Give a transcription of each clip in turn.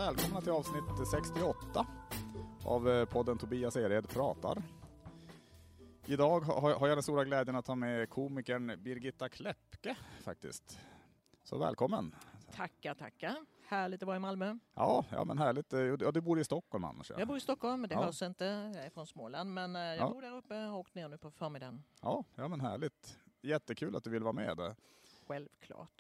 välkomna till avsnitt 68 av podden Tobias Ered pratar. Idag har jag den stora glädjen att ha med komikern Birgitta Kläppke faktiskt. Så välkommen. Tackar. Härligt att vara i Malmö. Ja men härligt. Ja, du bor i Stockholm annars. Ja. Jag bor i Stockholm, men det hörs inte. Jag är från Småland, men jag bor där uppe och åkt ner nu på förmiddagen. Ja, men härligt. Jättekul att du vill vara med. Självklart.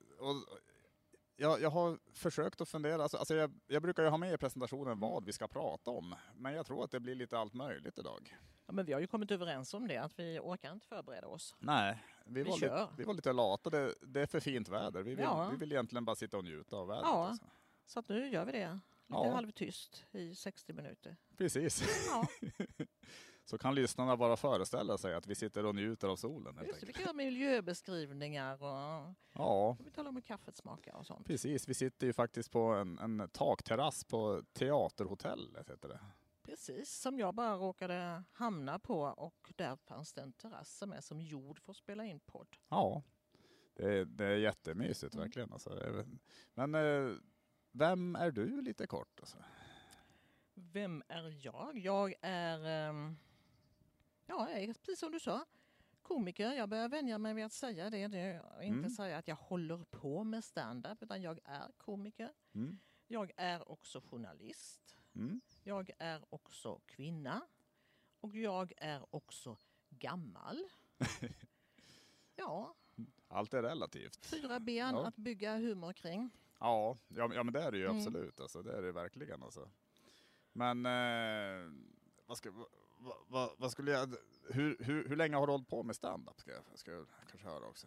Jag har försökt att fundera, alltså jag brukar ju ha med i presentationen vad vi ska prata om, men jag tror att det blir lite allt möjligt idag. Ja, men vi har ju kommit överens om det, att vi orkar inte förbereda oss. Nej, vi var lite lata, det är för fint väder. Vi vill egentligen bara sitta och njuta av vädret. Ja, alltså. Så att nu gör vi det. Lite halvtyst i 60 minuter. Precis. Ja. Så kan lyssnarna bara föreställa sig att vi sitter och njuter av solen. Just det, vi kan göra miljöbeskrivningar och vi talar om hur kaffet smakar och sånt. Precis, vi sitter ju faktiskt på en takterrass på Teaterhotellet heter det. Precis, som jag bara råkade hamna på, och där fanns det en terrass som är som jord för att spela in podd. Ja, det är jättemysigt verkligen. Alltså. Men vem är du lite kort? Alltså? Vem är jag? Jag är precis som du sa, komiker. Jag börjar vänja mig vid att säga det. Inte säga att jag håller på med stand-up, utan jag är komiker. Jag är också journalist. Jag är också kvinna. Och jag är också gammal. Ja. Allt är relativt. 4 ben att bygga humor kring. Ja, men det är det ju absolut. Alltså, det är det verkligen. Alltså. Men vad skulle jag... Hur länge har du hållit på med stand-up? Ska jag kanske höra också.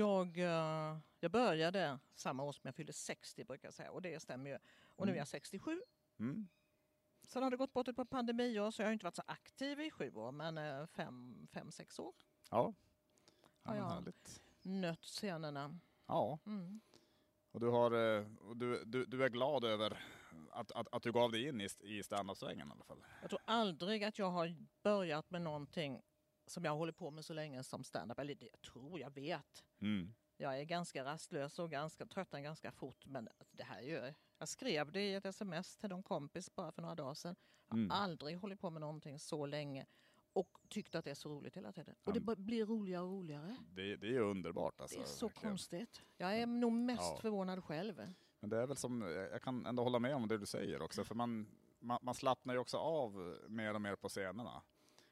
Jag började samma år som jag fyllde 60 brukar jag säga. Och det stämmer ju. Och nu är jag 67. Sen har det gått bort ett par pandemiår, så jag har inte varit så aktiv i 7 år. Men 5-6 år. Ja har jag härligt. Nött scenerna. Ja. Och du är glad över att du gav dig in i stand-up-svängen i alla fall? Jag tror aldrig att jag har börjat med någonting som jag håller på med så länge som stand-up. Eller det jag vet. Jag är ganska rastlös och tröttar ganska fort. Men det här gör jag skrev det i ett sms till någon kompis bara för några dagar sedan. Jag har aldrig hållit på med någonting så länge. Och tyckte att det är så roligt hela tiden. Och det blir roligare och roligare. Det är underbart. Alltså, det är så verkligen konstigt. Jag är nog mest förvånad själv. Men det är väl som, jag kan ändå hålla med om det du säger också. För man slappnar ju också av mer och mer på scenerna.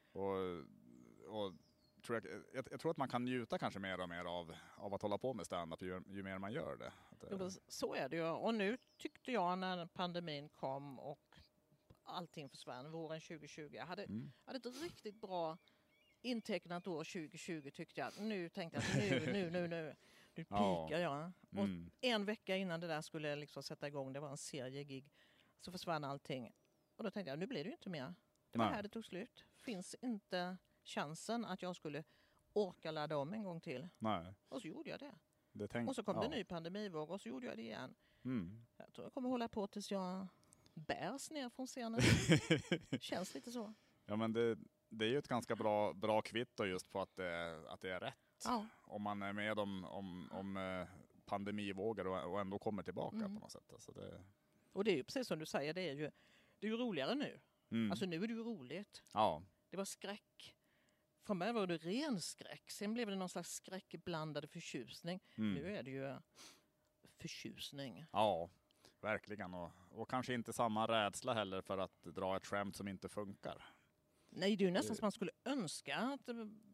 Och jag tror att man kan njuta kanske mer och mer av att hålla på med stand-up ju mer man gör det. Så är det ju. Och nu tyckte jag när pandemin kom och allting försvann våren 2020. Jag hade ett riktigt bra intecknat år 2020 tyckte jag. Nu tänkte jag att nu pikar jag. Och en vecka innan det där skulle liksom sätta igång, det var en seriegig, så försvann allting. Och då tänkte jag, nu blir det ju inte mer. Det var här det tog slut. Finns inte chansen att jag skulle orka ladda om en gång till. Nej. Och så gjorde jag det. Och så kom det en ny pandemivåg och så gjorde jag det igen. Jag tror jag kommer hålla på tills jag bärs ner från scenen. Känns lite så. Ja, men det är ju ett ganska bra kvitto just på att det är rätt. Ja. Om man är med om pandemivågor och ändå kommer tillbaka på något sätt. Alltså Och det är ju precis som du säger, det är ju roligare nu. Alltså nu är det ju roligt. Ja. Det var skräck. Från början var det ren skräck. Sen blev det någon slags skräckblandade förtjusning. Nu är det ju förtjusning. Ja. Verkligen. Och kanske inte samma rädsla heller för att dra ett skämt som inte funkar. Nej, det är ju nästan som man skulle önska att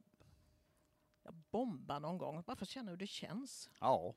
jag bombar någon gång. Bara för att känna hur det känns. Ja.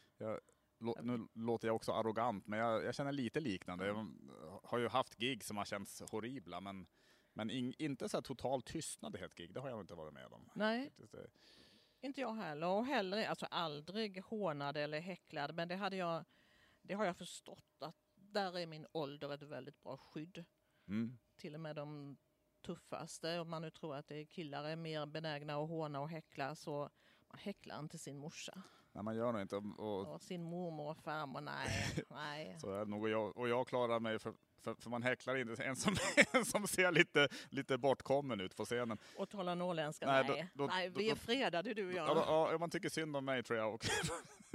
Nu låter jag också arrogant, men jag känner lite liknande. Jag har ju haft gig som har känts horribla, men inte så här total tystnad i ett gig. Det har jag inte varit med om. Nej. Inte jag heller. Och heller alltså aldrig hånad eller häcklad. Men det har jag förstått att där är min ålder ett väldigt bra skydd. Till och med de tuffaste, om man nu tror att det är killar är mer benägna att håna och häckla, så man häcklar inte sin morsa. Nej, man gör nog inte. Och sin mormor och farmor, nej. Så är det nog. Och jag klarar mig för man häcklar inte en som ser lite bortkommen ut på scenen. Och talar norrländska, nej. Nej, vi är fredade du och jag. Ja, man tycker synd om mig tror jag också.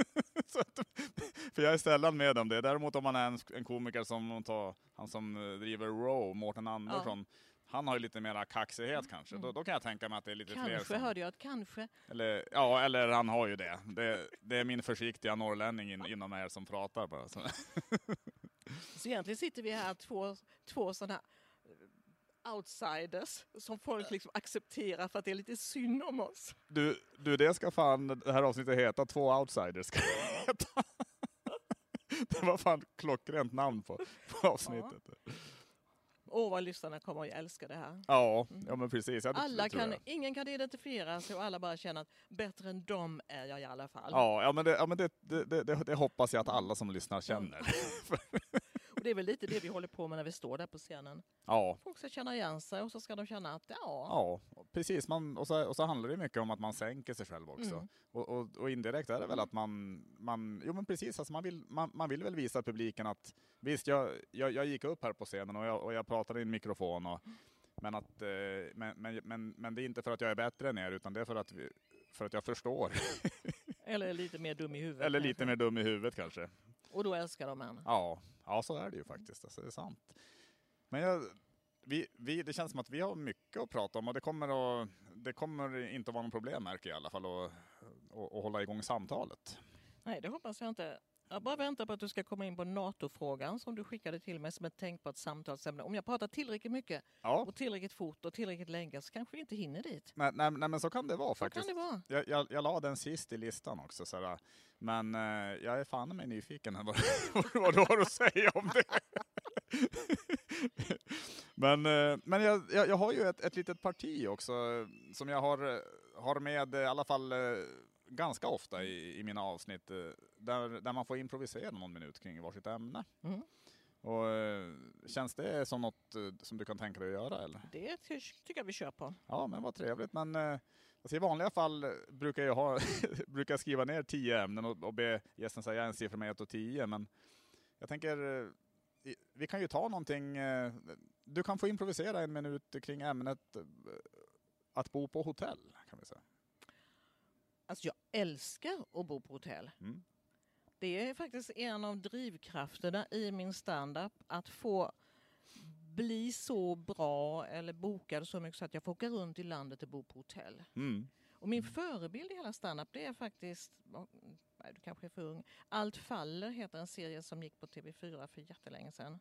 För jag är sällan med om det. Däremot om man är en komiker som han som driver Raw, Mårten Andersson. Ja. Han har ju lite mer kaxighet kanske. Då kan jag tänka mig att det är lite fler Kanske hörde jag att kanske. Eller han har ju det. Det är min försiktiga norrlänning inom er som pratar bara. Så egentligen sitter vi här två sådana outsiders som folk liksom accepterar för att det är lite synd om oss. Du det ska fan det här avsnittet heta, 2 outsiders ska det heta. Det var fan klockrent namn på avsnittet. Ja. Vad lyssnarna kommer att älska det här. Ja, men precis. Ingen kan identifiera sig och alla bara känner att bättre än dem är jag i alla fall. Ja, men det hoppas jag att alla som lyssnar känner. Och det är väl lite det vi håller på med när vi står där på scenen. Ja. Folk ska känna igen sig och så ska de känna att Ja, precis. Och så handlar det mycket om att man sänker sig själv också. Och indirekt är det väl att men precis, alltså man vill väl visa publiken att visst, jag gick upp här på scenen och jag pratade i en mikrofon men det är inte för att jag är bättre än er, utan det är för att jag förstår. Eller lite mer dum i huvudet. Eller lite mer dum i huvudet kanske. Och då älskar de en. Ja, så är det ju faktiskt. Alltså, det är sant. Men det känns som att vi har mycket att prata om och det kommer inte att vara någon problem, märker jag i alla fall, att hålla igång samtalet. Nej, det hoppas jag inte. Jag bara väntar på att du ska komma in på NATO-frågan som du skickade till mig som ett tänkbart samtalsämne. Om jag pratar tillräckligt mycket och tillräckligt fort och tillräckligt länge så kanske vi inte hinner dit. Nej, men så kan det vara faktiskt. Så kan det vara. Jag la den sist i listan också. Sådär. Men jag är fan med nyfiken vad du har att säga om det. Men jag har ju ett litet parti också som jag har med i alla fall ganska ofta i mina avsnitt där man får improvisera någon minut kring varsitt ämne. Och känns det som något som du kan tänka dig att göra, eller? Det tycker jag vi kör på. Ja, men vad trevligt. Men alltså i vanliga fall brukar jag skriva ner 10 ämnen och be gästen säga en siffra med 1 och 10. Men jag tänker, vi kan ju ta någonting. Du kan få improvisera en minut kring ämnet att bo på hotell, kan vi säga. Alltså jag älskar att bo på hotell. Det är faktiskt en av drivkrafterna i min stand-up att få bli så bra eller bokad så mycket så att jag får åka runt i landet och bo på hotell. Och min förebild i hela stand-up, det är faktiskt, nej, du kanske är för ung, Allt faller heter en serie som gick på TV4 för jättelänge sedan.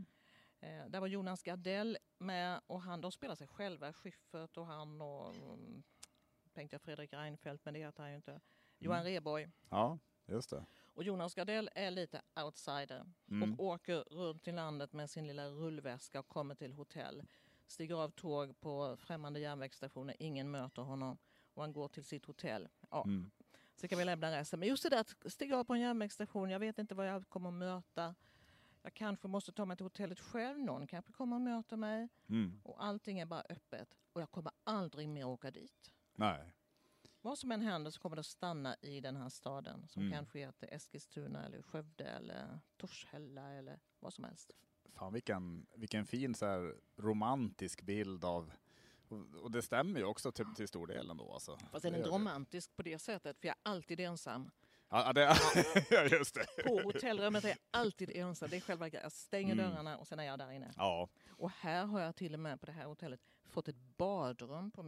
Där var Jonas Gardell med och de spelar sig själva, Schyffert och han och tänkte jag Fredrik Reinfeldt, men det heter han ju inte. Johan Rheborg. Ja, just det. Och Jonas Gardell är lite outsider och åker runt i landet med sin lilla rullväska och kommer till hotell. Stiger av tåg på främmande järnvägsstationer, ingen möter honom och han går till sitt hotell. Ja. Så kan vi lämna resten. Men just det där att stiga av på en järnvägsstation, jag vet inte vad jag kommer att möta. Jag kanske måste ta mig till hotellet själv, någon kanske kommer att möta mig. Och allting är bara öppet och jag kommer aldrig mer åka dit. Nej. Vad som än händer så kommer det att stanna i den här staden som kanske heter Eskilstuna eller Skövde eller Torshälla eller vad som helst. Fan vilken fin så här romantisk bild av, och det stämmer ju också till stor del ändå. Alltså. Fast den är inte romantisk på det sättet för jag är alltid ensam. Ja, just det. På hotellrummet är jag alltid ensam. Det är själva grejen. Jag stänger dörrarna och sen är jag där inne. Ja. Och här har jag till och med på det här hotellet fått ett badrum på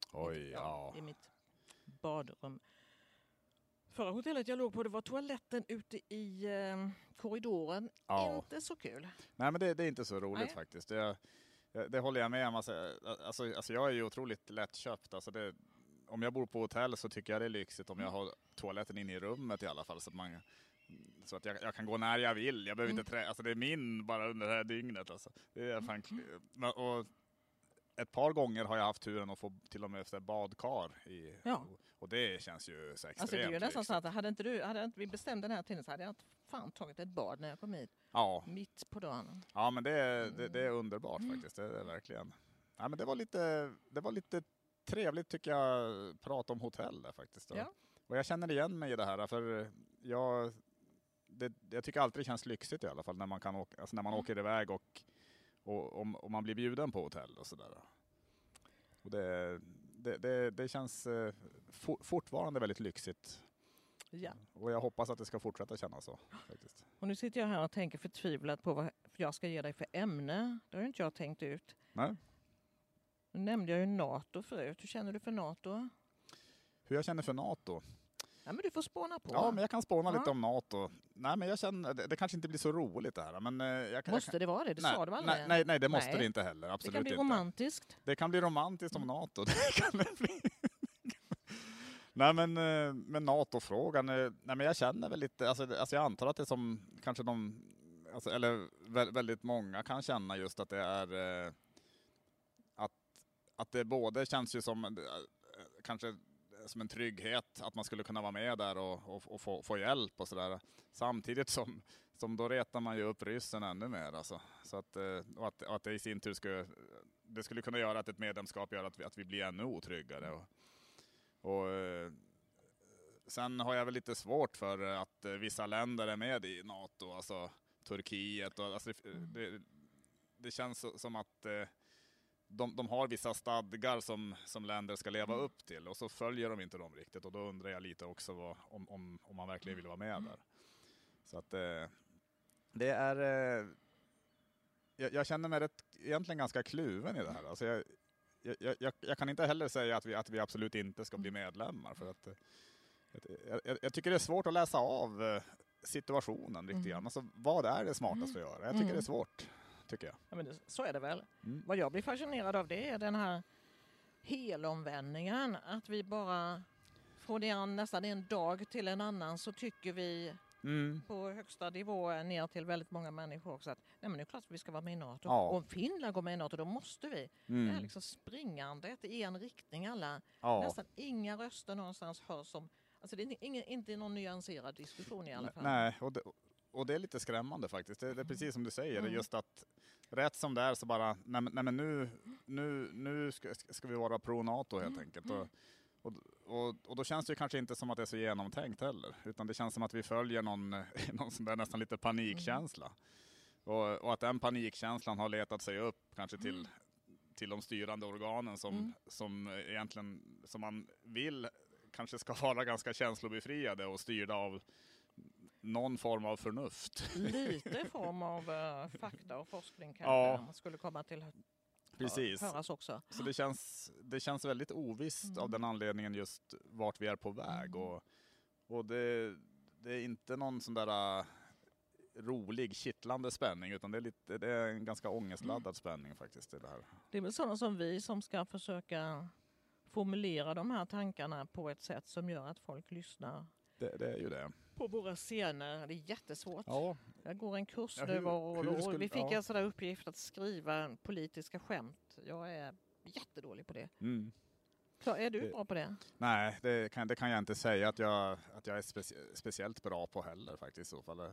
i mitt badrum. Förra hotellet jag låg på, det var toaletten ute i korridoren. Ja. Inte så kul. Nej, men det är inte så roligt faktiskt. Det håller jag med om. Alltså jag är ju otroligt lättköpt. Alltså om jag bor på hotell så tycker jag det är lyxigt om jag har toaletten inne i rummet i alla fall. Så att jag kan gå när jag vill. Jag behöver inte alltså det är min bara under det här dygnet. Alltså. Det är fan och ett par gånger har jag haft turen att få till och med efter badkar och det känns ju så extremt. Alltså det är ju nästan så att hade inte vi bestämt den här tiden så hade jag fan tagit ett bad när jag kom hit. Ja. Mitt på dagen. Ja, men det är underbart faktiskt. Det är verkligen. Ja, men det var lite trevligt tycker jag prata om hotell där faktiskt. Ja. Och jag känner igen mig i det här för jag tycker alltid det känns lyxigt i alla fall när man kan åka, alltså när man åker iväg och om man blir bjuden på hotell och sådär. Och det känns fortfarande väldigt lyxigt Ja. Och jag hoppas att det ska fortsätta kännas så. Faktiskt. Och nu sitter jag här och tänker förtvivlat på vad jag ska ge dig för ämne. Det har ju inte jag tänkt ut. Nej. Nu nämnde jag ju NATO förut. Hur känner du för NATO? Hur jag känner för NATO? Ja, men du får spåna på. Ja, men jag kan spåna lite om NATO. Nej, men jag känner, det kanske inte blir så roligt det här. Men måste det vara det? Det sa du väl? Nej, det måste det inte heller. Absolut det kan bli inte. romantiskt. Det kan bli romantiskt om NATO. Det kan det bli. Nej, men NATO-frågan. Nej, men jag känner väl lite, alltså jag antar att det som kanske väldigt många kan känna just att det är att det både känns ju som kanske som en trygghet att man skulle kunna vara med där och få hjälp och sådär. Samtidigt som då retar man ju upp ryssen ännu mer. Alltså. Så att det i sin tur skulle kunna göra att ett medlemskap gör att vi blir ännu otryggare. Och sen har jag väl lite svårt för att vissa länder är med i NATO, alltså Turkiet. Och, alltså, det känns som att de har vissa stadgar som länder ska leva upp till och så följer de inte dem riktigt och då undrar jag lite också om man verkligen vill vara med där. Så att det är jag känner mig egentligen ganska kluven i det här. Alltså jag kan inte heller säga att vi absolut inte ska bli medlemmar för att jag tycker det är svårt att läsa av situationen riktigt grann. Alltså vad är det smartaste att göra? Jag tycker det är svårt. Tycker jag. Ja, men så är det väl. Vad jag blir fascinerad av det är den här helomvändningen. Att vi bara från nästan en dag till en annan så tycker vi på högsta nivå ner till väldigt många människor också att nej, men det är klart att vi ska vara med i NATO. Och om Finland går med i NATO då måste vi. Det är liksom springandet i en riktning alla. Nästan inga röster någonstans hörs som. Alltså det är inte någon nyanserad diskussion i alla fall. Nej, och det är lite skrämmande faktiskt. Det är precis som du säger. Just att rätt som det är så bara, nej men nu ska vi vara pro-NATO helt enkelt. Och då känns det kanske inte som att det är så genomtänkt heller. Utan det känns som att vi följer någon sån där nästan lite panikkänsla. Och att den panikkänslan har letat sig upp kanske till de styrande organen som egentligen, som man vill kanske ska vara ganska känslobefriade och styrda av någon form av förnuft. Lite form av fakta och forskning kanske skulle komma till höras också. Så det känns väldigt ovisst av den anledningen just vart vi är på väg. Och det är inte någon sån där rolig, kittlande spänning utan det är en ganska ångestladdad spänning faktiskt i det här. Det är väl sådana som vi som ska försöka formulera de här tankarna på ett sätt som gör att folk lyssnar. Det är ju det. På våra scener. Det är jättesvårt. Ja. Jag går en kurs nu och vi fick en sån där uppgift att skriva politiska skämt. Jag är jättedålig på det. Så är du bra på det? Nej, det kan jag inte säga att jag är speciellt bra på heller faktiskt i så fall.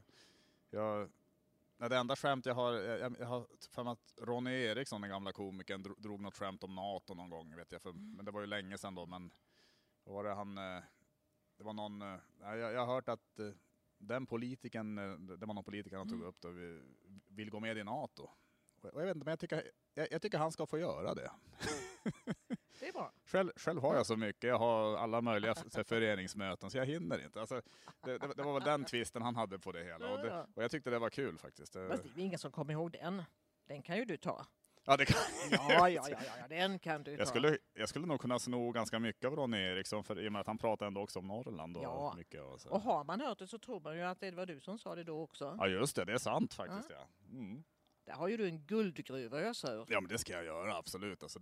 Det enda skämt jag har för mig att Ronny Eriksson, den gamla komikern, drog något skämt om NATO någon gång, vet jag. Men det var ju länge sedan då, men då var det han... Det var någon... Jag har hört att den politikern, det var någon politiker han tog upp då, vill gå med i NATO. Och jag vet inte, men jag tycker han ska få göra det. Det är bra. Själv har jag så mycket. Jag har alla möjliga föreningsmöten så jag hinner inte. Alltså, det var väl den twisten han hade på det hela. Och jag tyckte det var kul faktiskt. Fast det är ingen som kommer ihåg den. Den kan ju du ta. Ja, det kan. Ja, den kan du ta. Jag skulle nog kunna sno ganska mycket av Ronny Eriksson i och med att han pratar ändå också om Norrland. Och mycket och så. Och har man hört det så tror man ju att det var du som sa det då också. Ja, just det är sant faktiskt. Ja. Där har ju du en guldgruva ösa ur. Ja, men det ska jag göra, absolut. Alltså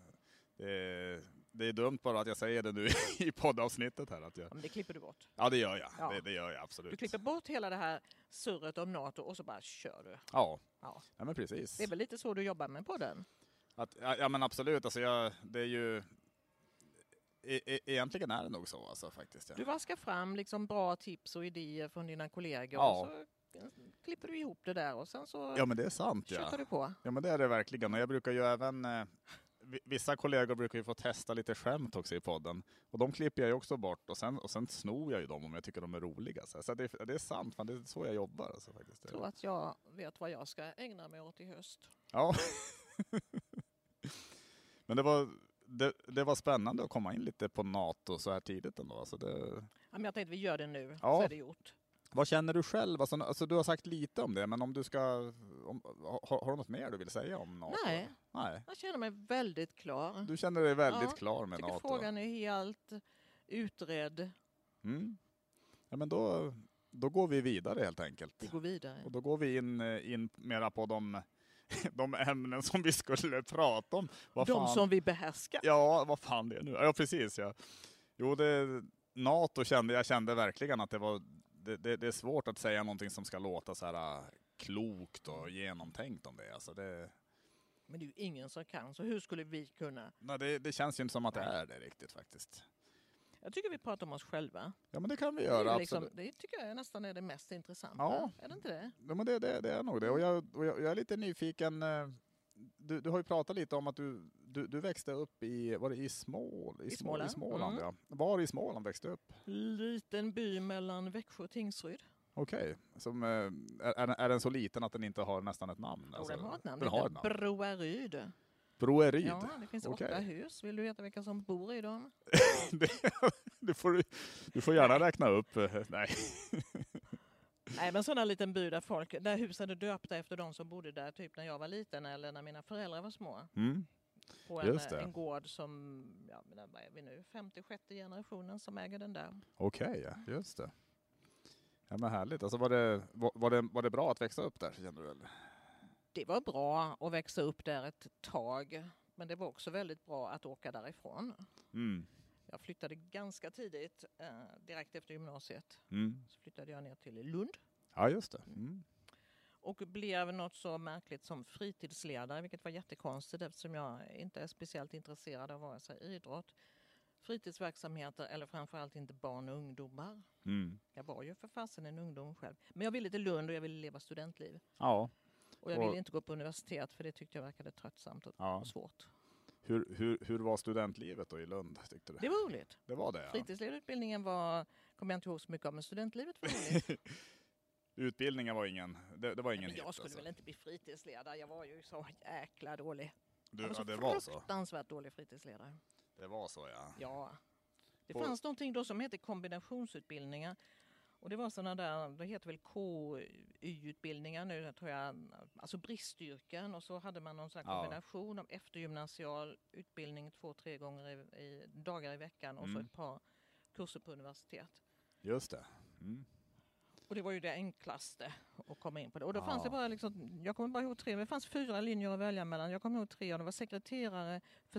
det är dumt bara att jag säger det nu i poddavsnittet här. Att jag... Ja, men det klipper du bort. Ja, det gör jag. Ja. Det gör jag absolut. Du klipper bort hela det här surret om NATO och så bara kör du. Ja, men precis. Det är väl lite så du jobbar med podden? Ja, men absolut. Alltså det är ju... Egentligen är det nog så alltså, faktiskt. Ja. Du vaskar fram liksom bra tips och idéer från dina kollegor och så klipper du ihop det där och sen så... Ja, men det är sant. Köttar du på. Ja, men det är det verkligen. Och jag brukar ju även... Vissa kollegor brukar ju få testa lite skämt också i podden. Och de klipper jag ju också bort. Och sen snor jag ju dem om jag tycker de är roliga. Så det är sant, fan, det är så jag jobbar. Alltså, faktiskt. Jag tror att jag vet vad jag ska ägna mig åt i höst. Ja. Men det var spännande att komma in lite på NATO så här tidigt ändå. Alltså Men jag tänkte vi gör det nu, Ja. så är det gjort. Vad känner du själv? Alltså, du har sagt lite om det, men om du ska... har du något mer du vill säga om NATO? Nej. Nej. Jag känner mig väldigt klar. Du känner dig väldigt Ja, klar med Jag tycker NATO? frågan är helt utredd. Mm. Ja, men då går vi vidare helt enkelt. Vi går vidare. Och då går vi in mera på de ämnen som vi skulle prata om. Som vi behärskar. Ja, vad fan det är nu? Ja, precis. Ja. Jo, NATO jag kände verkligen att det är svårt att säga någonting som ska låta så här klokt och genomtänkt om det. Alltså Men det är ju ingen som kan, så hur skulle vi kunna? Nej, det känns ju inte som att det är det riktigt faktiskt. Jag tycker vi pratar om oss själva. Ja, men det kan vi göra, absolut. Det tycker jag nästan är det mest intressanta. Ja. Är det inte det? Ja, men det är nog det. Och jag är lite nyfiken. Du har ju pratat lite om att du växte upp i Småland. I Småland, ja. Var i Småland växte du upp? Liten by mellan Växjö och Tingsryd. Okej. Är den så liten att den inte har nästan ett namn? Jo, den har ett namn. Den har ett namn. Broaryd. Broaryd? Ja, det finns 8 hus. Vill du veta vilka som bor i dem? Du får gärna räkna upp. Nej. Nej, men sån här liten by där husen är döpta efter de som bodde där typ när jag var liten eller när mina föräldrar var små. Mm. På en gård som, vad är vi nu, 56 generationen som äger den där. Okej, just det. Ja, men härligt. Alltså var det bra att växa upp där, känner du väl? Det var bra att växa upp där ett tag. Men det var också väldigt bra att åka därifrån. Mm. Jag flyttade ganska tidigt, direkt efter gymnasiet. Mm. Så flyttade jag ner till Lund. Ja, just det. Mm. Och blev något så märkligt som fritidsledare, vilket var jättekonstigt eftersom jag inte är speciellt intresserad av vare sig idrott, fritidsverksamheter eller framförallt inte barn och ungdomar. Mm. Jag var ju för fasen en ungdom själv. Men jag ville till Lund och jag ville leva studentliv. Ja. Och jag ville inte gå på universitet för det tyckte jag verkade tröttsamt och svårt. Hur var studentlivet då i Lund, tyckte du? Det var roligt. Det var det, ja. Fritidsledarutbildningen kommer jag inte ihåg så mycket av, men studentlivet var roligt. Utbildningen var ingen men jag skulle väl inte bli fritidsledare. Jag var ju så jäkla dålig. Det var så. Fruktansvärt dålig fritidsledare. Det var så, ja. Ja. Det fanns någonting då som heter kombinationsutbildningar. Och det var sådana där, det heter väl KY-utbildningar nu, tror jag. Alltså bristyrken. Och så hade man någon sån här kombination av eftergymnasial utbildning 2-3 gånger dagar i veckan. Och så ett par kurser på universitet. Just det. Mm. Och det var ju det enklaste att komma in på det. Och då fanns det bara jag kommer bara ihåg 3, men det fanns 4 linjer att välja mellan. Jag kommer ihåg 3, och det var sekreterare,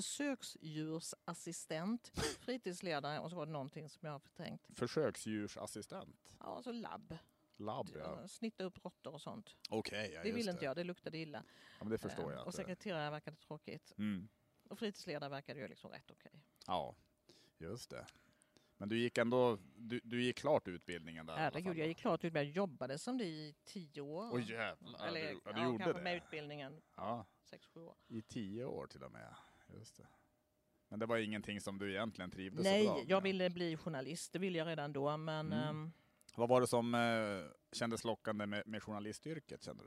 försöksdjursassistent, fritidsledare och så var det någonting som jag har förträngt. Försöksdjursassistent? Ja, alltså labb. Labb, ja. Snitta upp råttor och sånt. Okej, ja, det ville inte jag, det luktade illa. Ja, men det förstår jag. Och sekreterare verkade tråkigt. Mm. Och fritidsledare verkade ju liksom rätt okej. Ja, just det. Men du gick ändå, du gick klart utbildningen där? Herregud, jag gick klart utbildningen. Jag jobbade som det i 10 år. Åh jävlar, eller, du gjorde kanske det? med utbildningen. Ja. 6-7 år. I 10 år till och med, just det. Men det var ingenting som du egentligen trivdes så bra med? Nej, jag ville bli journalist, det ville jag redan då, men... Vad var det som kändes lockande med journalistyrket, kände du?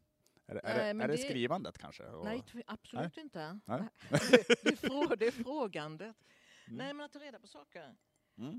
Är det skrivandet kanske? Nej, absolut inte. Nej? Det är frågandet. Nej, men att ta reda på saker. Mm.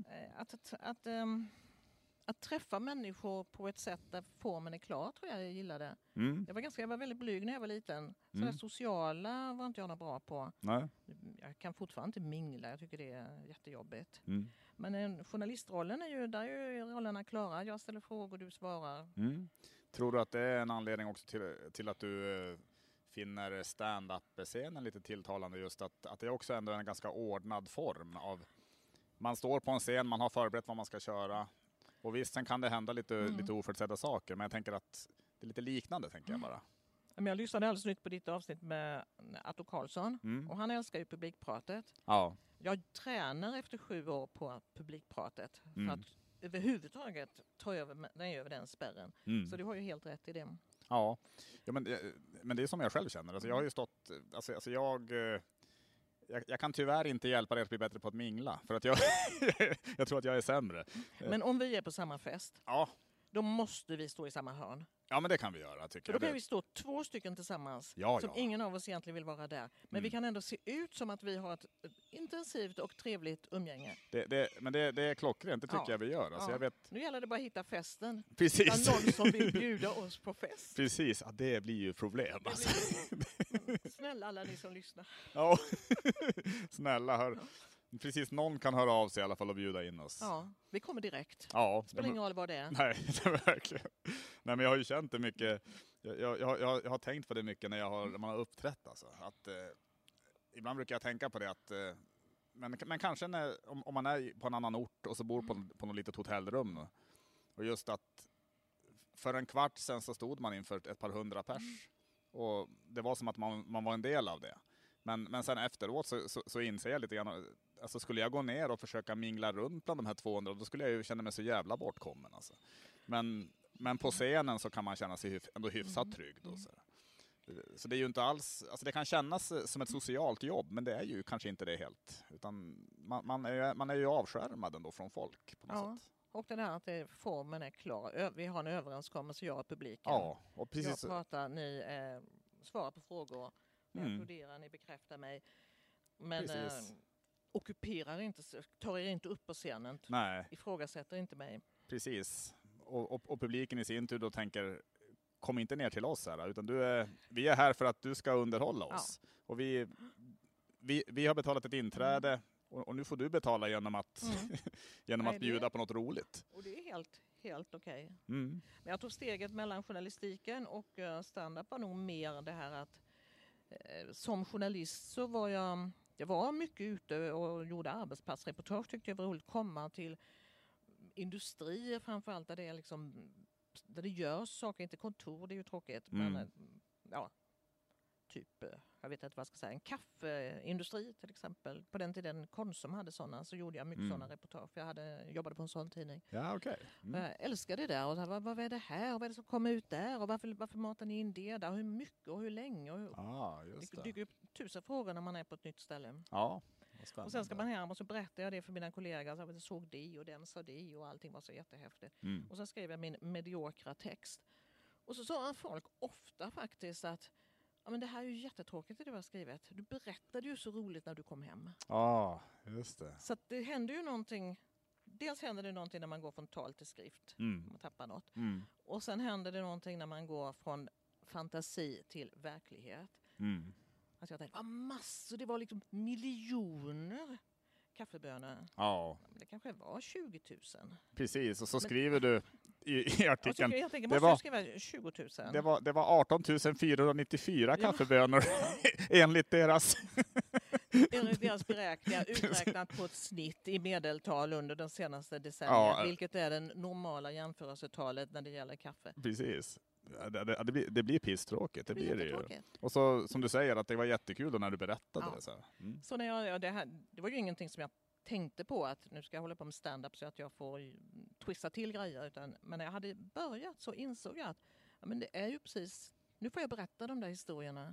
Att träffa människor på ett sätt där formen är klar, tror jag gillade. Mm. Jag var väldigt blyg när jag var liten. Så det sociala var inte jag något bra på. Nej. Jag kan fortfarande inte mingla, jag tycker det är jättejobbigt. Mm. Men journalistrollen där är ju rollerna klara. Jag ställer frågor, du svarar. Mm. Tror du att det är en anledning också till att du finner stand-up-scenen lite tilltalande, just att det också ändå är en ganska ordnad form av... Man står på en scen, man har förberett vad man ska köra. Och visst, sen kan det hända lite oförutsedda saker, men jag tänker att det är lite liknande, tänker jag bara. Men jag lyssnade alldeles nytt på ditt avsnitt med Atto Karlsson, och han älskar ju publikpratet. Ja. Jag tränar efter 7 år på publikpratet för att överhuvudtaget ta över den spärren. Mm. Så du har ju helt rätt i det. Ja, men det är som jag själv känner. Alltså, jag har ju stått... Alltså jag kan tyvärr inte hjälpa dig att bli bättre på att mingla. För att jag tror att jag är sämre. Men om vi är på samma fest. Ja. då måste vi stå i samma hörn. Ja, men det kan vi göra, tycker För jag. då kan vi stå 2 stycken tillsammans Ja, som ja. ingen av oss egentligen vill vara där. Men vi kan ändå se ut som att vi har ett intensivt och trevligt umgänge. Men det är klockrent, det tycker jag vi gör. Alltså, jag vet... Nu gäller det bara att hitta festen. Precis. Hitta någon som vill bjuda oss på fest. Precis, ja, det blir ju problem. Alltså. Snälla alla ni som lyssnar. Ja, snälla hör. Precis, någon kan höra av sig i alla fall och bjuda in oss. Ja, vi kommer direkt. Ja. Spelar ingen roll vad det är. Nej, det är verkligen. Nej, men jag har ju känt det mycket. Jag har tänkt på det mycket när man har uppträtt. Alltså. Att, ibland brukar jag tänka på det att men kanske om man är på en annan ort och så bor på något litet hotellrum. Och just att för en kvart sen så stod man inför ett par 100 pers. Och det var som att man var en del av det. Men sen efteråt så inser jag lite grann, alltså skulle jag gå ner och försöka mingla runt bland de här 200, då skulle jag ju känna mig så jävla bortkommen. Alltså. Men på scenen så kan man känna sig ändå hyfsat trygg. Då, så det är ju inte alls, alltså det kan kännas som ett socialt jobb, men det är ju kanske inte det helt. Utan man är ju avskärmad ändå från folk på något sätt. Och det här att formen är klar. Vi har en överenskommelse, jag och publiken. Ja, och precis. Jag pratar, ni svarar på frågor. Ni applåderar, ni bekräftar mig. Men ockuperar inte, tar er inte upp på scenen. Nej. Ifrågasätter inte mig. Precis. Och publiken i sin tur då tänker, kom inte ner till oss här, utan vi är här för att du ska underhålla oss. Ja. Och vi har betalat ett inträde och nu får du betala genom att att bjuda på något roligt. Och det är helt okej. Men jag tror steget mellan journalistiken och stand-up var nog mer det här att som journalist så var jag var mycket ute och gjorde arbetsplatsreportage, tyckte jag var roligt, komma till industrier framförallt där det är liksom, där det görs saker, inte kontor, det är ju tråkigt, men typ, jag vet inte vad jag ska säga, en kaffeindustri till exempel. På den tiden Konsum hade sådana, så gjorde jag mycket sådana reportage, för jag jobbade på en sån tidning. Ja, okej. Jag älskade det där, och vad är det här, och vad är det som kommer ut där, och varför matar ni in det där, hur mycket och hur länge, och det dyker upp 1000 frågor när man är på ett nytt ställe. Ja. Och sen ska man hem och så berättar jag det för mina kollegor, så jag såg det och den sa det och allting var så jättehäftigt. Och sen skrev jag min mediokra text. Och så sa folk ofta faktiskt att men det här är ju jättetråkigt det du har skrivit. Du berättade ju så roligt när du kom hem. Ja, just det. Så att det händer ju någonting. Dels händer det någonting när man går från tal till skrift. Man tappar något. Och sen händer det någonting när man går från fantasi till verklighet. Alltså jag tänkte, massor, det var liksom miljoner kaffebönor. Ja. Det kanske var 20 000. Precis, och så skriver du i artikeln. Jag tänker, måste jag skriva 20 000? Det var 18 494 kaffebönor enligt deras... Enligt deras beräkningar, uträknat på ett snitt i medeltal under den senaste decenniet, vilket är det normala jämförelsetalet när det gäller kaffe. Precis. Det blir pisstråkigt, det blir det ju. Och så som du säger, att det var jättekul då när du berättade det. Så när det var ju ingenting som jag tänkte på, att nu ska jag hålla på med stand-up så att jag får twista till grejer. Men när jag hade börjat så insåg jag att men det är ju precis, nu får jag berätta de där historierna.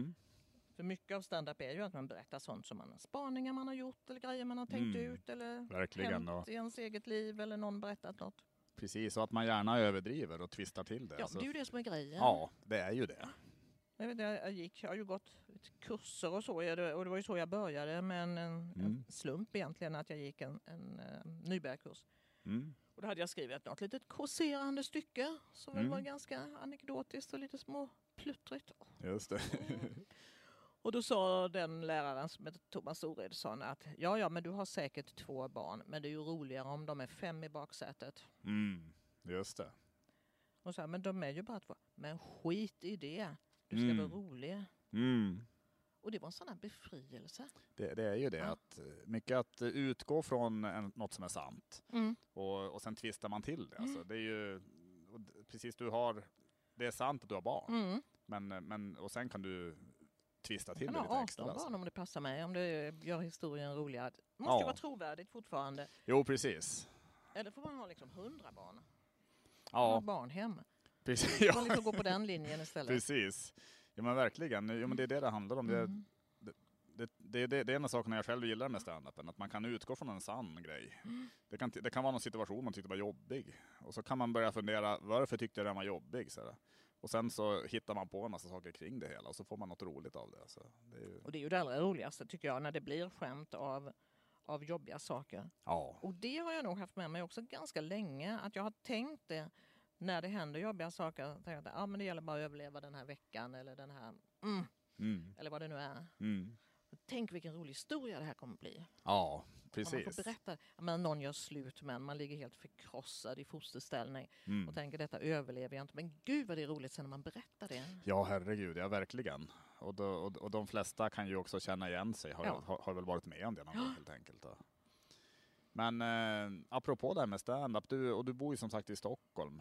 För mycket av stand-up är ju att man berättar sånt som spaningar man har gjort eller grejer man har tänkt ut eller hänt i ens eget liv eller någon berättat något. Precis, och att man gärna överdriver och twistar till det. Ja, det är ju det som är grejen. Ja, det är ju det. Jag har ju gått kurser och så, och det var ju så jag började med en slump egentligen, att jag gick en Nybergkurs. Och då hade jag skrivit något litet kurserande stycke som väl var ganska anekdotiskt och lite små pluttrigt. Just det. Och då sa den läraren som heter Thomas Oredsson att ja, men du har säkert 2 barn, men det är ju roligare om de är 5 i baksätet. Just det. Och så här, men de är ju bara 2. Men skit i det. Du ska vara rolig. Och det var en sån här befrielse. Det är ju det. Att, mycket att utgå från något som är sant. Och sen twistar man till det. Alltså, det är ju precis, det är sant att du har barn. Men och sen kan du twista till det lite extra. Jag kan ha 18 barn om det passar mig. Om det gör historien roligare. Det måste vara trovärdigt fortfarande. Jo, precis. Eller får man ha liksom 100 barn. Ja. Barnhem. Precis. Man liksom gå på den linjen istället. Precis. Ja, men verkligen. Ja, men det är det handlar om. det är en av sakerna jag själv gillar med stand-upen, att man kan utgå från en sann grej. Det kan vara någon situation man tyckte var jobbig, och så kan man börja fundera, varför tyckte jag den var jobbig? Så där. Och sen så hittar man på en massa saker kring det hela, och så får man något roligt av det. Så Och det är ju det allra roligaste tycker jag, när det blir skämt av jobbiga saker. Ja. Och det har jag nog haft med mig också ganska länge, att jag har tänkt det när det händer jobbiga saker. Tänkte att men det gäller bara att överleva den här veckan eller den här, eller vad det nu är. Tänk vilken rolig historia det här kommer att bli. Ja, Man får precis. berätta, men någon gör slut men man ligger helt förkrossad i fosterställning och tänker detta överlever jag inte. Men gud vad det är roligt sen när man berättar det. Ja, herregud, ja verkligen. Och de flesta kan ju också känna igen sig, har väl varit med om det någon gång helt enkelt. Då. Men apropå det här med stand-up, du bor ju som sagt i Stockholm.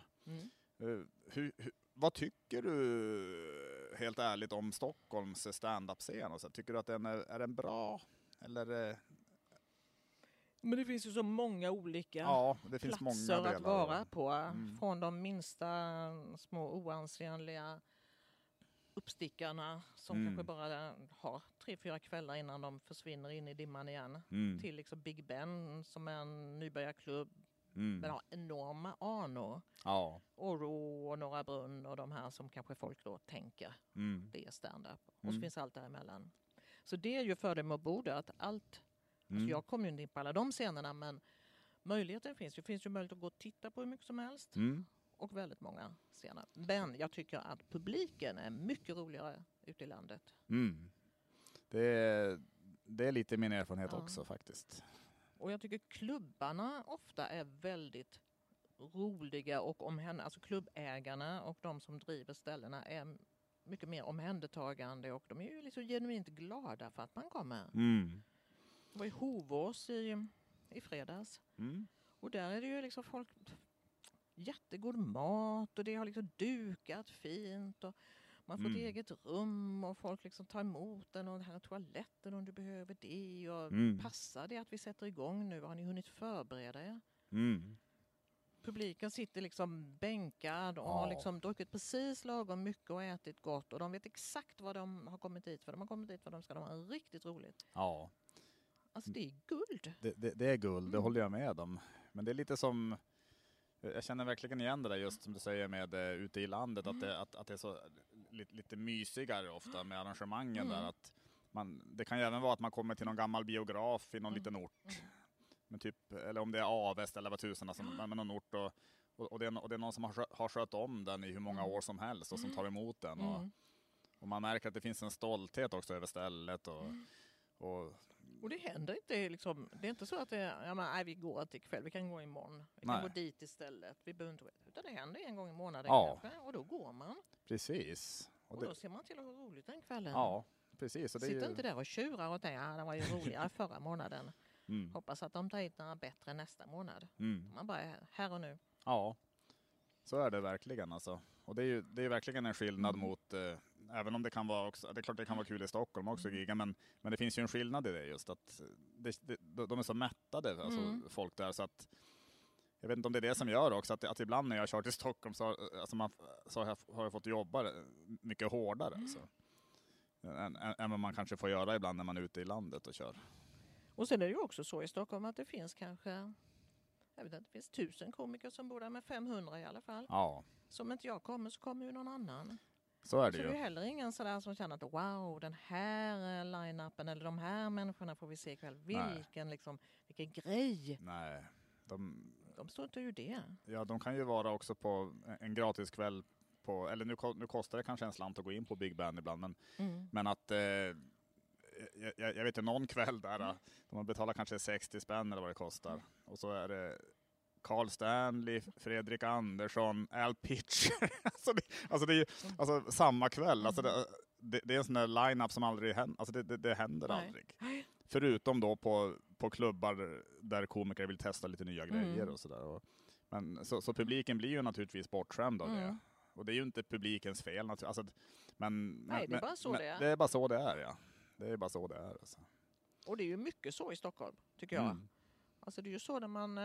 Vad tycker du helt ärligt om Stockholms stand-up-scen? Och så, tycker du att är den bra? Eller? Men det finns ju så många olika det finns platser många att vara på. Från de minsta små oansenliga uppstickarna som kanske bara har 3-4 kvällar innan de försvinner in i dimman igen. Till liksom Big Ben som är en nybörjarklubb. Men har enorma anor. Ja. Oro och Norra Brunn och de här som kanske folk då tänker. Det är stand-up. Och så finns allt däremellan. Så det är ju fördel med att bo där, att allt. Alltså jag kommer ju inte in på alla de scenerna, men möjligheten finns. Det finns ju möjlighet att gå och titta på hur mycket som helst. Och väldigt många scener. Men jag tycker att publiken är mycket roligare ute i landet. Det är lite min erfarenhet också faktiskt. Och jag tycker klubbarna ofta är väldigt roliga och alltså klubbägarna och de som driver ställena är mycket mer omhändertagande och de är ju liksom genuint glada för att man kommer. Jag var i Hovås i fredags och där är det ju liksom folk, jättegod mat och det har liksom dukat fint och man får ett eget rum och folk liksom tar emot den och den här toaletten om du behöver det och passar det att vi sätter igång nu? Har ni hunnit förbereda er? Publiken sitter liksom bänkad och har liksom druckit precis lagom mycket och ätit gott och de vet exakt vad de har kommit dit för. De har kommit dit för att de ska ha riktigt roligt. Ja. Alltså det är guld. Det är guld, det håller jag med om. Men det är lite som, jag känner verkligen igen det där just som du säger med ute i landet, att det är så lite mysigare ofta med arrangemangen där. Att det kan ju även vara att man kommer till någon gammal biograf i någon liten ort. Men typ, eller om det är Avest eller vad tusen, alltså med någon ort och det är någon som har skött om den i hur många år som helst och som tar emot den. Och man märker att det finns en stolthet också över stället. Och det händer inte liksom, det är inte så att vi går till ikväll, vi kan gå imorgon. Vi kan gå dit istället. Vi behöver inte, utan det händer en gång i månaden kanske, och då går man. Precis. Och då ser man till att ha roligt den kvällen. Ja, precis. Och det sitter inte där och tjurar och tänker, det var ju roligare förra månaden. Hoppas att de tar hit några bättre nästa månad. Man bara är här och nu. Ja, så är det verkligen alltså. Och det är verkligen en skillnad mot, även om det kan vara också, det är klart det kan vara kul i Stockholm också giga, men det finns ju en skillnad i det just att de är så mättade, alltså folk där, så att jag vet inte om det är det som gör också att ibland när jag kör till Stockholm så har jag fått jobba mycket hårdare alltså, än vad man kanske får göra ibland när man är ute i landet och kör. Och sen är det ju också så i Stockholm att det finns kanske, jag vet inte, det finns 1000 komiker som bor där, med 500 i alla fall. Ja. Som inte jag kommer så kommer ju någon annan. Så är det så ju. Så det är heller ingen sådär som känner att wow, den här line-upen eller de här människorna får vi se ikväll. Vilken grej. Nej. De står inte ju det. Ja, de kan ju vara också på en gratis kväll på, eller nu kostar det kanske en slant att gå in på Big Ben ibland, men att jag vet inte, någon kväll där de betalar kanske 60 spänn eller vad det kostar. Och så är det Carl Stanley, Fredrik Andersson, Al Pitcher. Det är ju samma kväll. Alltså det är en sån där line-up som aldrig händer. Alltså det händer aldrig. Förutom då på klubbar där komiker vill testa lite nya grejer och sådär. Men så publiken blir ju naturligtvis bortskämd av det. Och det är ju inte publikens fel. Alltså, det är bara så det är. Det är bara så det är, ja. Det är bara så det är. Alltså. Och det är ju mycket så i Stockholm, tycker jag. Alltså det är ju så när man...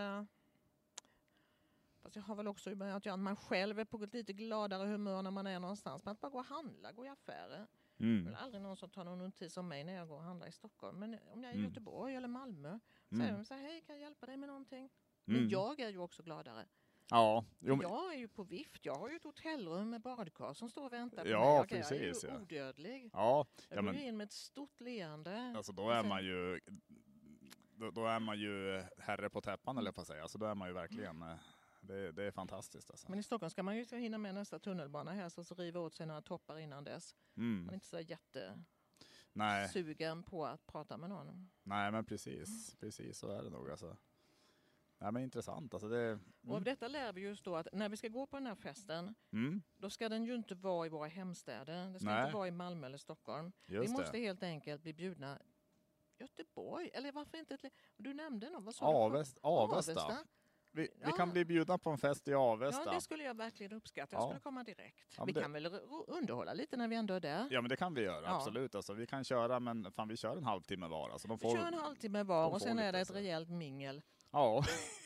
Fast jag har väl också börjat att man själv är på ett lite gladare humör när man är någonstans. Man bara går och handla, går i affärer. Det är väl aldrig någon som tar någon notis om mig när jag går och handlar i Stockholm. Men om jag är i Göteborg eller Malmö säger de så här, hej, kan jag hjälpa dig med någonting? Men jag är ju också gladare. Ja, Jag är ju på vift. Jag har ju ett hotellrum med badkar som står och väntar på mig. Jag precis, är ju odödlig. Ja, jag går in med ett stort leende. Alltså då är man ju... Då är man ju herre på täppan, eller på att säga. Alltså då är man ju verkligen... Det är fantastiskt. Alltså. Men i Stockholm ska man ju hinna med nästa tunnelbana här, så riva åt sig några toppar innan dess. Man är inte så jättesugen på att prata med någon. Nej, men precis så är det nog. Alltså. Nej, men intressant. Alltså Och av detta lär vi just då att när vi ska gå på den här festen, då ska den ju inte vara i våra hemstäder. Det ska inte vara i Malmö eller Stockholm. Vi måste helt enkelt bli bjudna Göteborg. Eller varför inte? Du nämnde någon. Vad sa du? Avesta. Vi kan bli bjudna på en fest i Avesta. Ja, det skulle jag verkligen uppskatta. Jag skulle komma direkt. Vi kan väl underhålla lite när vi ändå är där. Ja, men det kan vi göra. Absolut. Alltså, vi kan köra, men vi kör en halvtimme var. Alltså, vi kör en halvtimme var och sen är det ett rejält mingel. Ja.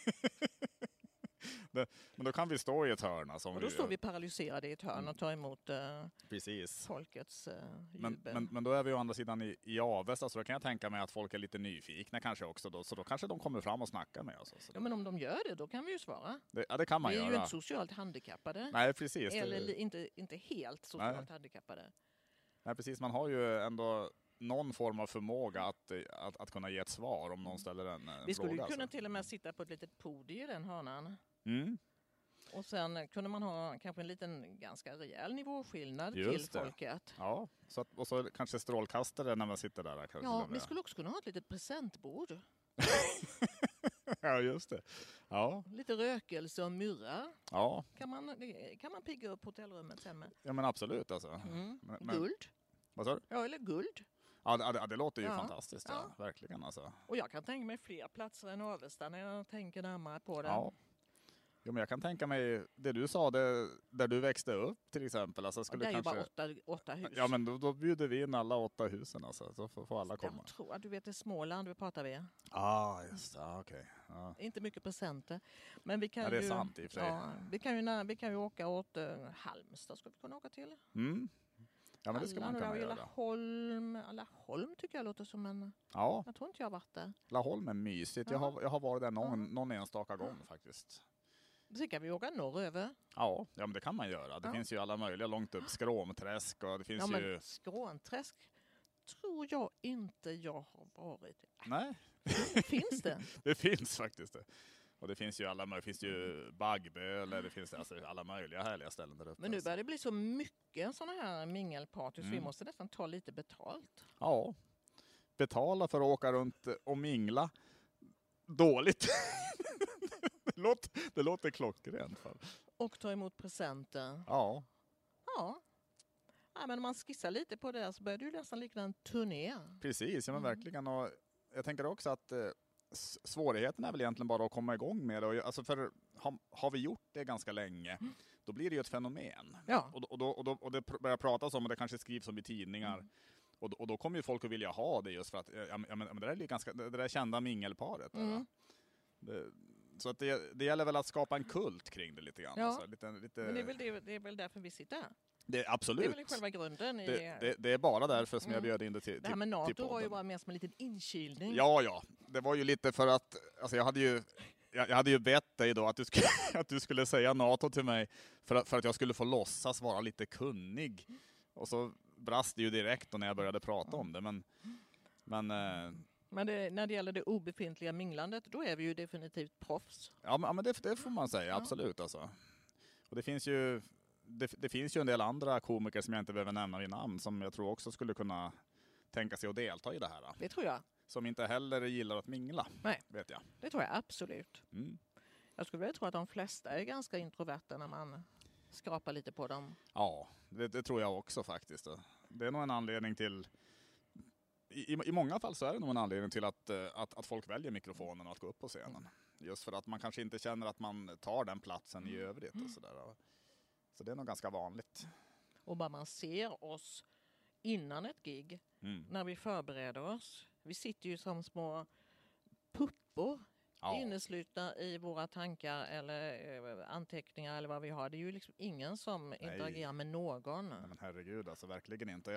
Men då kan vi stå i ett hörn. Alltså, och då står vi paralyserade i ett hörn och tar emot folkets jubel. Men då är vi å andra sidan i Avesta, så då kan jag tänka mig att folk är lite nyfikna kanske också. Då, så då kanske de kommer fram och snackar med oss. Så. Ja, men om de gör det, då kan vi ju svara. Det kan man göra. Vi är ju inte socialt handikappade. Nej, precis. Eller inte helt socialt handikappade. Nej, precis. Man har ju ändå någon form av förmåga att kunna ge ett svar om någon ställer en fråga. Vi skulle ju kunna till och med sitta på ett litet podium i den hörnan. Och sen kunde man ha kanske en liten ganska rejäl nivåskillnad till folket. Ja, och så kanske strålkastare när man sitter där. Ja, vi skulle också kunna ha ett litet presentbord. Ja, just det. Ja. Lite rökelse och myrra. Ja. Kan man pigga upp hotellrummet sen med? Ja, men absolut alltså. Guld. Vad sa du? Ja, eller guld. Ja, det låter ju fantastiskt. Ja. Verkligen alltså. Och jag kan tänka mig fler platser än Avesta när jag tänker närmare på det. Ja. Jo, men jag kan tänka mig det du sa, där du växte upp till exempel. Alltså, det är kanske... ju bara 8 hus. Ja, men då bjuder vi in alla 8 husen. Alltså, så får alla komma. Jag tror att du vet, det är Småland vi pratar vi. Just det. Okej. Ja. Inte mycket presenter. Men vi kan det är sant i och för sig. Ja, vi kan ju åka åt Halmstad, ska vi kunna åka till. Ja, men det ska man kunna göra. Laholm tycker jag låter som en... Ja. Jag tror inte jag har varit där. Laholm är mysigt. Jag har varit där någon enstaka gång faktiskt. Så kan vi åka norröver. Ja, men det kan man göra. Det finns ju alla möjliga långt upp. Skråmträsk och det finns men Skrånträsk tror jag inte jag har varit. Nej. Finns det? Det finns faktiskt det. Och det finns ju alla möjliga, det finns ju Baggbö, eller det finns alltså alla möjliga härliga ställen där uppe. Men nu börjar det bli så mycket sådana här mingelparty så vi måste nästan ta lite betalt. Ja, betala för att åka runt och mingla. Dåligt. Det låter klockrent. Och ta emot presenter. Ja. Men om man skissar lite på det så börjar det ju nästan likna en turné. Precis, ja men verkligen. Och jag tänker också att svårigheten är väl egentligen bara att komma igång med det. Och, alltså för har vi gjort det ganska länge, då blir det ju ett fenomen. Ja. Och det börjar pratas om och det kanske skrivs om i tidningar. Och då kommer ju folk att vilja ha det just för att men det där kända mingelparet. Så att det gäller väl att skapa en kult kring det lite grann. Ja. Alltså, Men det är väl därför vi sitter här. Absolut. Det är väl själva grunden. Det är bara därför som jag bjöd in det till det här med NATO var ju bara mer som en liten inkilning. Ja. Det var ju lite för att alltså jag hade ju bett dig då att du skulle säga NATO till mig för att jag skulle få låtsas vara lite kunnig. Och så brast det ju direkt när jag började prata om det. Men när det gäller det obefintliga minglandet, då är vi ju definitivt proffs. Ja, men det får man säga, absolut. Alltså. Och det finns ju en del andra komiker som jag inte behöver nämna vid namn som jag tror också skulle kunna tänka sig att delta i det här. Det tror jag. Som inte heller gillar att mingla, vet jag. Det tror jag absolut. Jag skulle väl tro att de flesta är ganska introverta när man skrapar lite på dem. Ja, det tror jag också faktiskt. Det är nog en anledning till... I många fall så är det nog en anledning till att folk väljer mikrofonen och att gå upp på scenen. Just för att man kanske inte känner att man tar den platsen i övrigt. Och så där. Så det är nog ganska vanligt. Och bara man ser oss innan ett gig, när vi förbereder oss. Vi sitter ju som små puppor inneslutna i våra tankar eller anteckningar eller vad vi har. Det är ju liksom ingen som interagerar med någon. Nej, men herregud, alltså verkligen inte.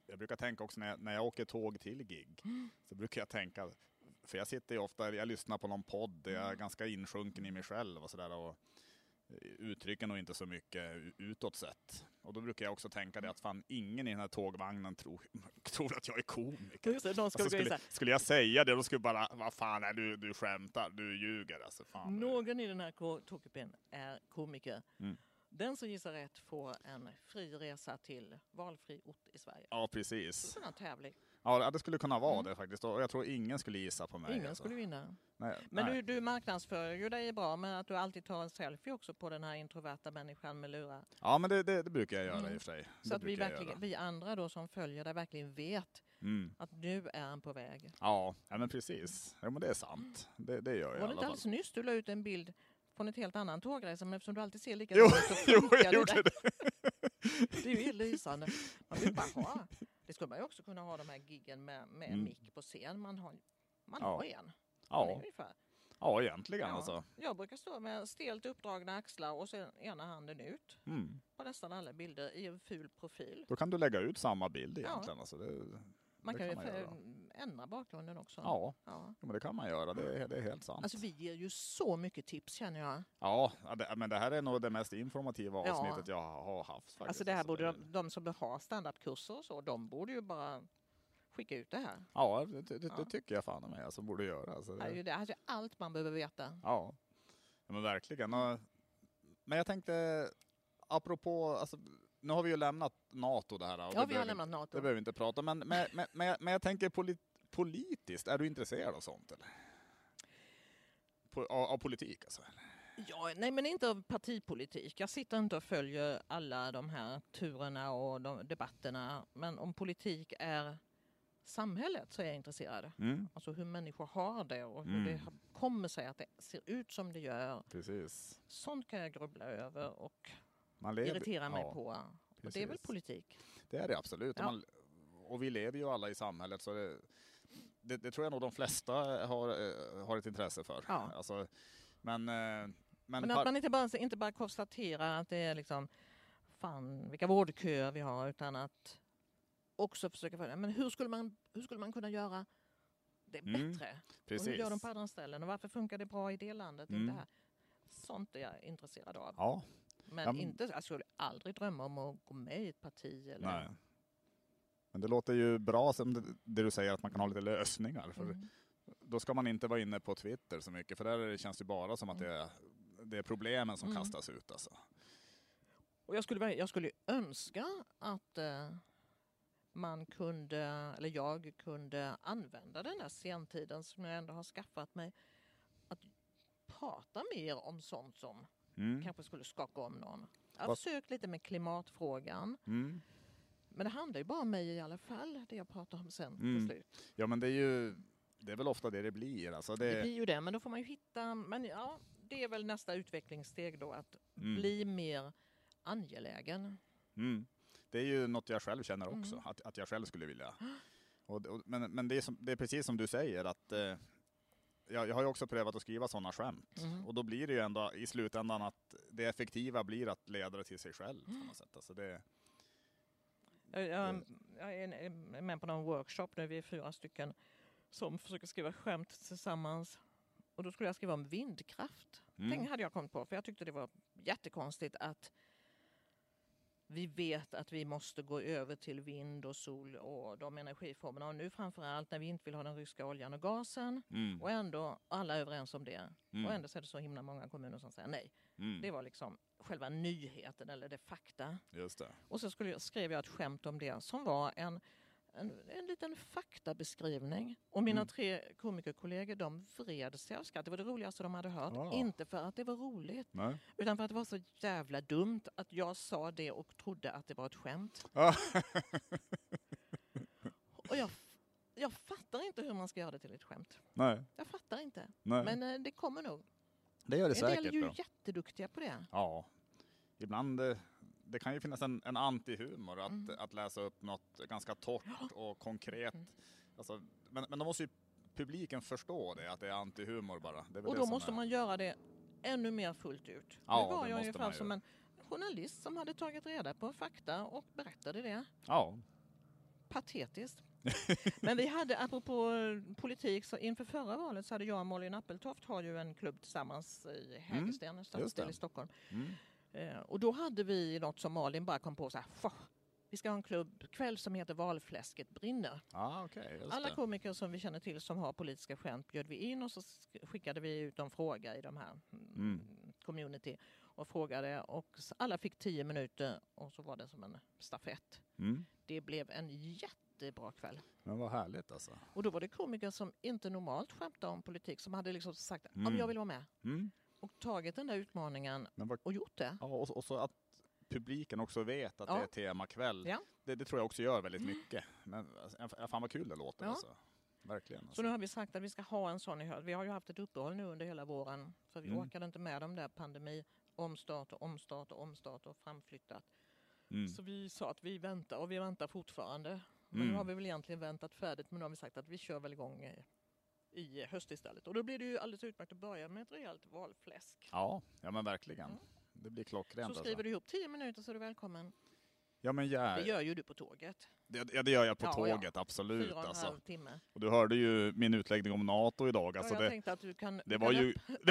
jag brukar tänka också när jag åker tåg till gig, så brukar jag tänka, för jag sitter ju ofta, jag lyssnar på någon podd där jag är ganska insjunken i mig själv och sådär, och uttrycker nog inte så mycket utåt sett. Och då brukar jag också tänka det att fan, ingen i den här tågvagnen tror att jag är komiker. Just det, de Alltså, skulle jag säga det, då skulle bara, vad fan är du skämtar, du ljuger alltså. Fan. Någon i den här tågkupén är komiker. Mm. Den som gissar rätt får en fri resa till valfri ort i Sverige. Ja, precis. Det är en tävling. Ja, det skulle kunna vara det faktiskt. Och jag tror ingen skulle gissa på mig. Ingen alltså. skulle vinna. Nej, Men nej. du marknadsför ju dig bra, men att du alltid tar en selfie också på den här introverta människan med lurar. Ja, men det brukar jag göra i och för sig. Så att vi andra då som följer dig verkligen vet att nu är han på väg. Ja, men precis. Ja, men det är sant. Det gör jag i Var det alla inte fall. alldeles nyss du la ut en bild från ett helt annan tågresa, men eftersom du alltid ser Jo, likadant ut så funkar jag gjorde det. Det är ju helt lysande. Man vill bara ha. Det skulle man ju också kunna ha, de här giggen med mick på scen. Man har en. Man är ungefär. Ja, egentligen Ja. alltså. Jag brukar stå med stelt uppdragna axlar och sen ena handen ut på nästan alla bilder i en ful profil. Då kan du lägga ut samma bild egentligen. Alltså, Man kan ju göra. ändra bakgrunden också. Ja, men det kan man göra. Det är helt sant. Alltså vi ger ju så mycket tips, känner jag. Ja, men det här är nog det mest informativa avsnittet jag har haft. Faktiskt. Alltså det här borde de som har standardkurser och så, de borde ju bara skicka ut det här. Ja, det tycker jag fan med som borde göra. Alltså, Det är alltså allt man behöver veta. Ja, men verkligen. Men jag tänkte, apropå, alltså, nu har vi ju lämnat NATO det här. Ja, vi har lämnat NATO. Det behöver vi inte prata om. Men jag tänker politiskt, är du intresserad av sånt eller? Av politik alltså? Ja, nej, men inte av partipolitik. Jag sitter inte och följer alla de här turerna och debatterna. Men om politik är samhället så är jag intresserad. Alltså hur människor har det och hur det kommer sig att det ser ut som det gör. Precis. Sånt kan jag grubbla över och irritera mig på. Och det är väl politik? Det är det absolut. Ja. Och vi lever ju alla i samhället, så det tror jag nog de flesta har ett intresse för. Ja. Alltså, men att man inte bara konstaterar att det är liksom fan vilka vårdköer vi har, utan att också försöka följa, men hur skulle man kunna göra det bättre? Precis. Och hur gör de på andra ställen? Och varför funkar det bra i det landet? Inte här? Sånt är jag intresserad av. Ja. Men jag skulle aldrig drömma om att gå med i ett parti. Eller... Nej. Men det låter ju bra som det du säger, att man kan ha lite lösningar. För då ska man inte vara inne på Twitter så mycket, för där känns det bara som att det är problemen som kastas ut. Alltså. Och jag skulle önska att jag kunde använda den här sentiden som jag ändå har skaffat mig att prata mer om sånt som kanske skulle skaka om någon. Jag har försökt lite med klimatfrågan. Men det handlar ju bara om mig i alla fall, det jag pratar om sen på slut. Ja, men det är väl ofta det blir. Alltså det blir ju det, men då får man ju hitta... Men ja, det är väl nästa utvecklingssteg då, att bli mer angelägen. Det är ju något jag själv känner också, att jag själv skulle vilja. Men det är precis som du säger, att jag har ju också prövat att skriva sådana skämt. Och då blir det ju ändå i slutändan att det effektiva blir att leda det till sig själv på något sätt. Alltså Jag är med på någon workshop nu, vi är 4 stycken som försöker skriva skämt tillsammans. Och då skulle jag skriva om vindkraft. Det hade jag kommit på, för jag tyckte det var jättekonstigt att vi vet att vi måste gå över till vind och sol och de energiformerna. Och nu framförallt när vi inte vill ha den ryska oljan och gasen. Och ändå alla är överens om det. Och ändå så är det så himla många kommuner som säger nej. Det var liksom själva nyheten eller det fakta. Just det. Och så skrev jag ett skämt om det som var en liten faktabeskrivning. Och mina 3 komikerkollegor, de vred sig av skratt. Det var det roligaste de hade hört. Inte för att det var roligt. Nej. Utan för att det var så jävla dumt att jag sa det och trodde att det var ett skämt. Och jag fattar inte hur man ska göra det till ett skämt. Nej. Jag fattar inte. Nej. Men det kommer nog. Det gör det En del säkert. är ju jätteduktiga på det. Ja. Ibland... Det kan ju finnas en antihumor att läsa upp något ganska torrt och konkret. Alltså, men då måste ju publiken förstå det, att det är antihumor bara. Det är väl och det då som måste man göra det ännu mer fullt ut. Ja, nu var det jag måste ungefär man som en journalist som hade tagit reda på fakta och berättade det. Ja. patetiskt. Men vi hade, apropå politik, så inför förra valet så hade jag och Malin Appeltoft har ju en klubb tillsammans i Hägersten, en stadsdel i Stockholm. Och då hade vi något som Malin bara kom på så här, vi ska ha en klubbkväll som heter Valfläsket brinner. Alla komiker som vi känner till som har politiska skämt bjöd vi in och så skickade vi ut en fråga i de här community och frågade och alla fick 10 minuter och så var det som en stafett. Det blev en jättebra kväll. Men vad härligt alltså. Och då var det komiker som inte normalt skämtade om politik som hade liksom sagt om jag vill vara med. Och tagit den där utmaningen och gjort det. Ja, och så att publiken också vet att det är temakväll. Ja. Det tror jag också gör väldigt mycket. Men fan vad kul det låter alltså. Verkligen. Alltså. Så nu har vi sagt att vi ska ha en sån i höst. Vi har ju haft ett uppehåll nu under hela våren. För vi orkade inte med de där pandemi, omstart och framflyttat. Så vi sa att vi väntar och vi väntar fortfarande. Men nu har vi väl egentligen väntat färdigt. Men nu har vi sagt att vi kör väl igång i höst istället. Och då blir det ju alldeles utmärkt att börja med ett rejält valfläsk. Ja men verkligen. Det blir klockrent. Så skriver du ihop 10 minuter så är du välkommen. Ja, men det gör ju du på tåget. Det gör jag på tåget, absolut. 4,5 timme. Och du hörde ju min utläggning om NATO idag. Alltså jag tänkte att du kan... Det var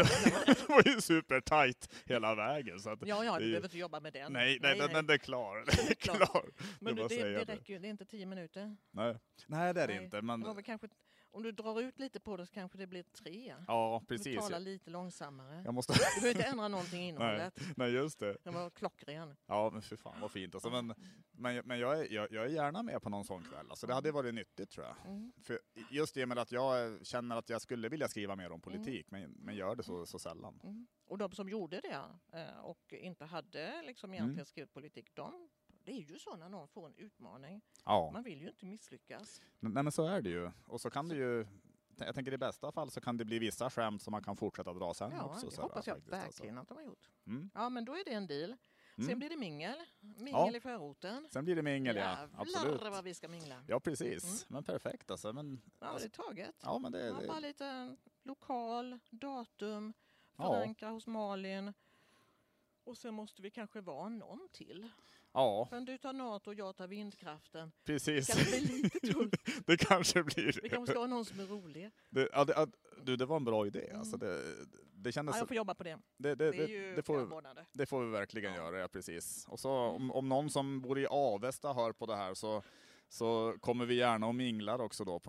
ju supertajt hela vägen. Så att du behöver inte jobba med den. Nej, den är klar. Det är klar. Men det räcker ju, det är inte 10 minuter. Nej, det är det inte. Men... Det kanske, om du drar ut lite på det så kanske det blir 3. Ja, precis. Du talar lite långsammare. Du behöver inte ändra någonting i innehållet. Nej, just det. Den var klockren. Ja, men för fan vad fint. Alltså, men jag är gärna med på någon sån kväll. Alltså, det hade varit nyttigt tror jag. För just det med att jag känner att jag skulle vilja skriva mer om politik. Men gör det så sällan. Och de som gjorde det och inte hade liksom egentligen skrivit politik, det är ju så när någon får en utmaning. Ja. Man vill ju inte misslyckas. Nej, men så är det ju. Och så kan det ju... Jag tänker i bästa fall så kan det bli vissa skämt som man kan fortsätta dra sen också. Ja, det hoppas jag verkligen att de har gjort. Mm. Ja, men då är det en deal. Sen blir det mingel i förorten. Sen blir det mingel, ja. Absolut. Jävlar vad vi ska mingla. Ja, precis. Men perfekt alltså. Men, ja, det är taget. Ja, men det... Bara lite lokal, datum, förankra hos Malin. Och sen måste vi kanske vara någon till. Ja. Men du tar NATO och jag tar vindkraften. Precis. Kan det bli lite tungt? Det kanske blir det. Vi kanske ska ha någon som är rolig. Det var en bra idé. Alltså det kändes... jag får jobba på det. Det är ju flera månader. Det får vi verkligen göra, precis. Och så om någon som bor i Avesta hör på det här så kommer vi gärna och minglar också då.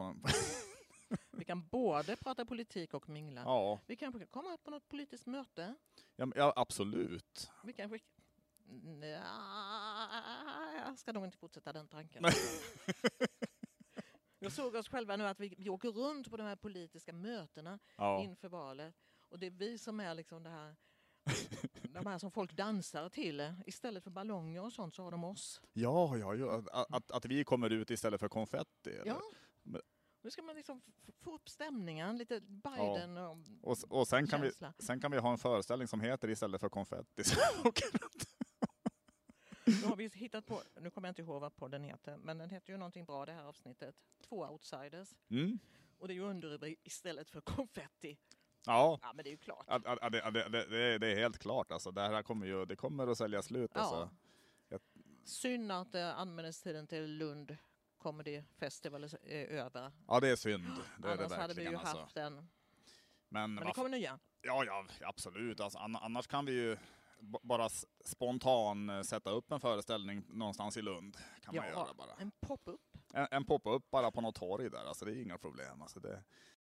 Vi kan både prata politik och mingla. Ja. Vi kanske kan komma på något politiskt möte. Ja, absolut. Vi kanske... jag ska nog inte fortsätta den tanken. Jag såg oss själva nu att vi åker runt på de här politiska mötena inför valet. Och det är vi som är liksom det här... de här som folk dansar till. Istället för ballonger och sånt så har de oss. Ja. Att vi kommer ut istället för konfetti. Eller? Ja. Nu ska man liksom få upp stämningen, lite Biden och sen kan vi ha en föreställning som heter istället för konfetti. Nu har vi hittat på, nu kommer jag inte ihåg vad podden heter, men den heter ju någonting bra det här avsnittet. 2 outsiders. Och det är ju underrubrik istället för konfetti. Ja, men det är ju klart. Det är helt klart. Alltså, det här kommer att sälja slut. Alltså. Synd att anmälningstiden till Lund Comedy Festival är över. Ja, det är synd. Det är annars det hade vi ju alltså. haft en. Men det kommer nya. Ja, absolut. Alltså, annars kan vi ju bara spontan sätta upp en föreställning någonstans i Lund. Kan man göra bara. En pop-up. En pop-up bara på något torg där. Alltså, det är inga problem. Alltså,